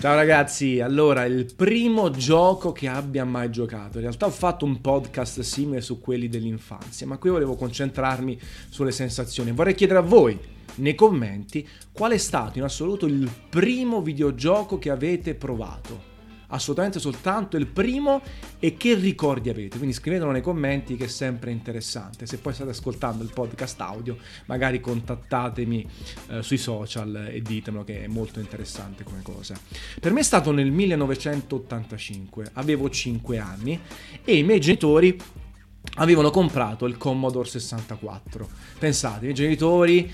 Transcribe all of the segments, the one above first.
Ciao ragazzi, allora il primo gioco che abbia mai giocato. In realtà ho fatto un podcast simile su quelli dell'infanzia, ma qui volevo concentrarmi sulle sensazioni. Vorrei chiedere a voi nei commenti qual è stato in assoluto il primo videogioco che avete provato. Assolutamente soltanto il primo, e che ricordi avete, quindi scrivetelo nei commenti, che è sempre interessante. Se poi state ascoltando il podcast audio, magari contattatemi sui social e ditemelo, che è molto interessante come cosa. Per me è stato nel 1985, avevo 5 anni e i miei genitori avevano comprato il Commodore 64. Pensate, i miei genitori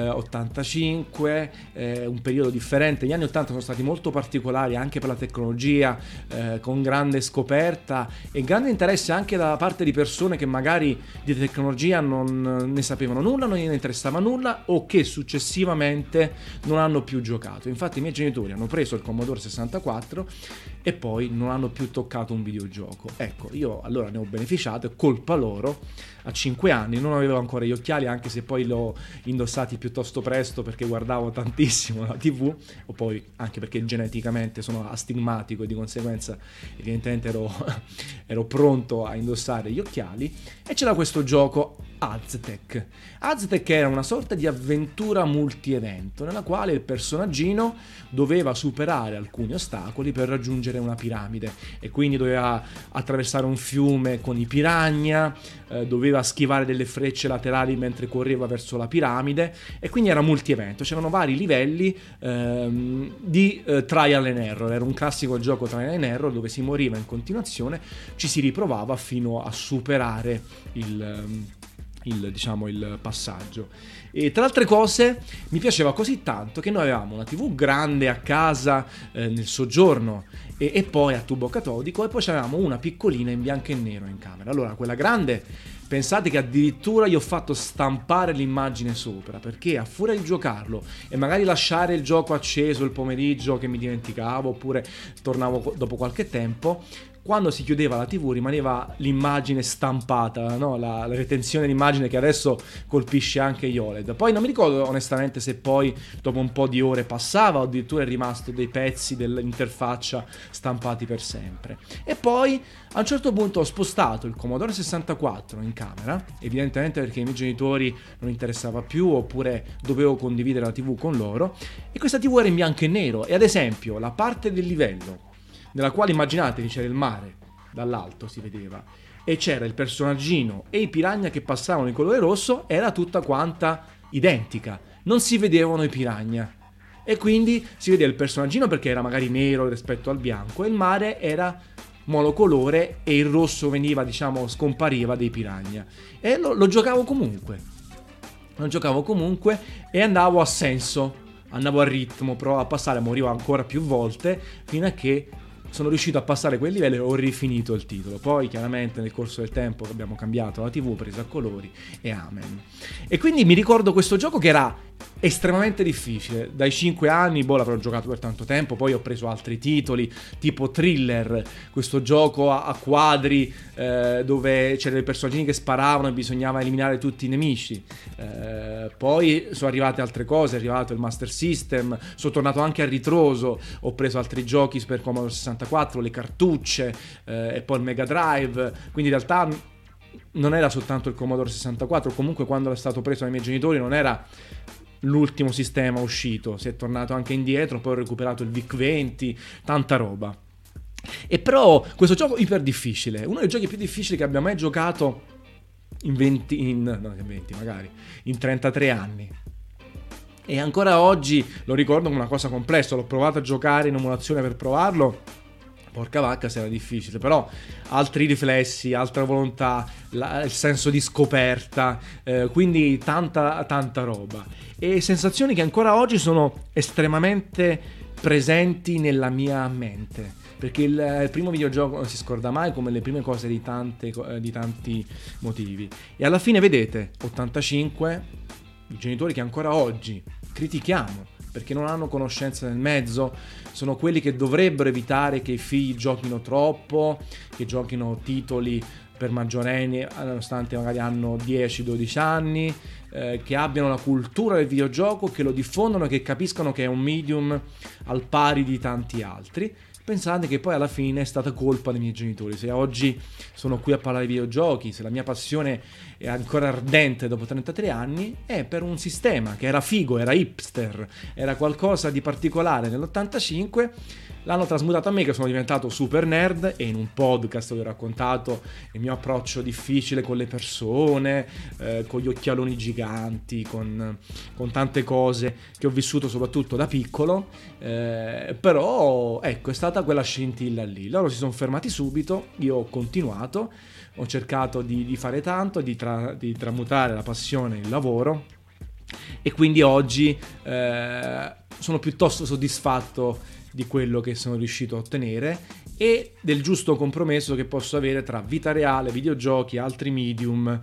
85, un periodo differente. Gli anni 80 sono stati molto particolari anche per la tecnologia, con grande scoperta e grande interesse anche da parte di persone che magari di tecnologia non ne sapevano nulla, non gliene interessava nulla, o che successivamente non hanno più giocato. Infatti i miei genitori hanno preso il Commodore 64 e poi non hanno più toccato un videogioco. Ecco, io allora ne ho beneficiato, e colpa loro. A 5 anni non avevo ancora gli occhiali, anche se poi l'ho indossati piuttosto presto perché guardavo tantissimo la TV, o poi anche perché geneticamente sono astigmatico e di conseguenza evidentemente ero pronto a indossare gli occhiali. E c'era questo gioco Aztec. Aztec era una sorta di avventura multi-evento nella quale il personaggino doveva superare alcuni ostacoli per raggiungere una piramide, e quindi doveva attraversare un fiume con i piranha, doveva schivare delle frecce laterali mentre correva verso la piramide, e quindi era multi-evento. C'erano vari livelli di trial and error. Era un classico gioco trial and error dove si moriva in continuazione, ci si riprovava fino a superare il passaggio. E tra altre cose mi piaceva così tanto che noi avevamo una TV grande a casa nel soggiorno e poi a tubo catodico, e poi avevamo una piccolina in bianco e nero in camera. Allora quella grande, pensate che addirittura gli ho fatto stampare l'immagine sopra, perché a furia di giocarlo e magari lasciare il gioco acceso il pomeriggio che mi dimenticavo, oppure tornavo dopo qualche tempo, quando si chiudeva la TV rimaneva l'immagine stampata, no? La retenzione d'immagine che adesso colpisce anche gli OLED. Poi non mi ricordo onestamente se poi dopo un po' di ore passava o addirittura è rimasto dei pezzi dell'interfaccia stampati per sempre. E poi a un certo punto ho spostato il Commodore 64 in camera, evidentemente perché ai miei genitori non interessava più, oppure dovevo condividere la TV con loro, e questa TV era in bianco e nero, e ad esempio la parte del livello nella quale immaginatevi c'era il mare, dall'alto si vedeva, e c'era il personaggino e i piranha che passavano in colore rosso, era tutta quanta identica, non si vedevano i piranha, e quindi si vedeva il personaggino perché era magari nero rispetto al bianco, e il mare era monocolore e il rosso veniva, scompariva dei piranha, e lo giocavo comunque e andavo a senso, andavo a ritmo, provavo a passare, morivo ancora più volte fino a che sono riuscito a passare quel livello e ho rifinito il titolo. Poi chiaramente nel corso del tempo abbiamo cambiato la TV, preso a colori e amen. E quindi mi ricordo questo gioco che era estremamente difficile. Dai 5 anni, l'avrò giocato per tanto tempo, poi ho preso altri titoli tipo Thriller, questo gioco a quadri dove c'erano i personaggi che sparavano e bisognava eliminare tutti i nemici. Poi sono arrivate altre cose, è arrivato il Master System, sono tornato anche a ritroso, ho preso altri giochi per Commodore 64, le cartucce e poi il Mega Drive, quindi in realtà non era soltanto il Commodore 64, comunque quando era stato preso dai miei genitori non era l'ultimo sistema uscito, si è tornato anche indietro, poi ho recuperato il VIC-20, tanta roba. E però questo gioco iper difficile, uno dei giochi più difficili che abbia mai giocato in 33 anni. E ancora oggi lo ricordo come una cosa complessa, l'ho provato a giocare in emulazione per provarlo, porca vacca se era difficile, però altri riflessi, altra volontà, il senso di scoperta, quindi tanta roba, e sensazioni che ancora oggi sono estremamente presenti nella mia mente, perché il primo videogioco non si scorda mai, come le prime cose di tanti motivi. E alla fine vedete, 85, i genitori che ancora oggi critichiamo perché non hanno conoscenza del mezzo, sono quelli che dovrebbero evitare che i figli giochino troppo, che giochino titoli per maggiorenni, nonostante magari hanno 10-12 anni, che abbiano la cultura del videogioco, che lo diffondono e che capiscano che è un medium al pari di tanti altri. Pensate che poi alla fine è stata colpa dei miei genitori. Se oggi sono qui a parlare di videogiochi, se la mia passione è ancora ardente dopo 33 anni, è per un sistema che era figo, era hipster, era qualcosa di particolare nell'85. L'hanno trasmutato a me, che sono diventato super nerd, e in un podcast dove ho raccontato il mio approccio difficile con le persone, con gli occhialoni giganti, con tante cose che ho vissuto soprattutto da piccolo, però ecco, è stata quella scintilla lì. Loro si sono fermati subito, io ho continuato, ho cercato di fare tanto, di tramutare la passione in lavoro, e quindi oggi sono piuttosto soddisfatto di quello che sono riuscito a ottenere e del giusto compromesso che posso avere tra vita reale, videogiochi, altri medium,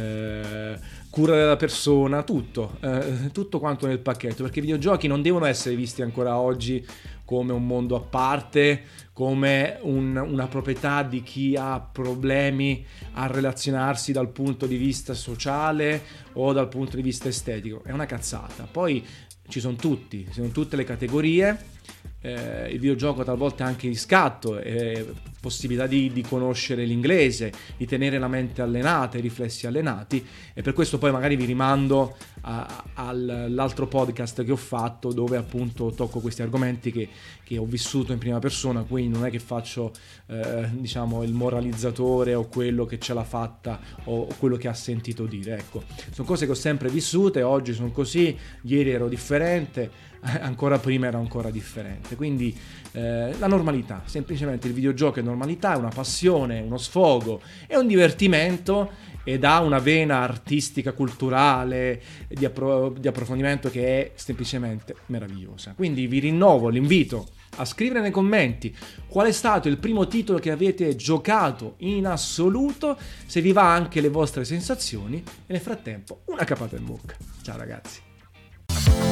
cura della persona, tutto quanto nel pacchetto, perché i videogiochi non devono essere visti ancora oggi come un mondo a parte, come una proprietà di chi ha problemi a relazionarsi dal punto di vista sociale o dal punto di vista estetico. È una cazzata. Poi ci sono tutte le categorie. Il videogioco talvolta è anche riscatto, possibilità di conoscere l'inglese, di tenere la mente allenata, i riflessi allenati, e per questo poi magari vi rimando all'altro podcast che ho fatto, dove appunto tocco questi argomenti che ho vissuto in prima persona, quindi non è che faccio diciamo il moralizzatore o quello che ce l'ha fatta o quello che ha sentito dire. Ecco, sono cose che ho sempre vissute, oggi sono così, ieri ero differente, ancora prima era ancora differente. Quindi la normalità, semplicemente il videogioco è normalità, è una passione, uno sfogo, è un divertimento, ed ha una vena artistica, culturale, di approfondimento che è semplicemente meravigliosa. Quindi vi rinnovo l'invito a scrivere nei commenti qual è stato il primo titolo che avete giocato in assoluto, se vi va anche le vostre sensazioni, e nel frattempo una capata in bocca. Ciao ragazzi.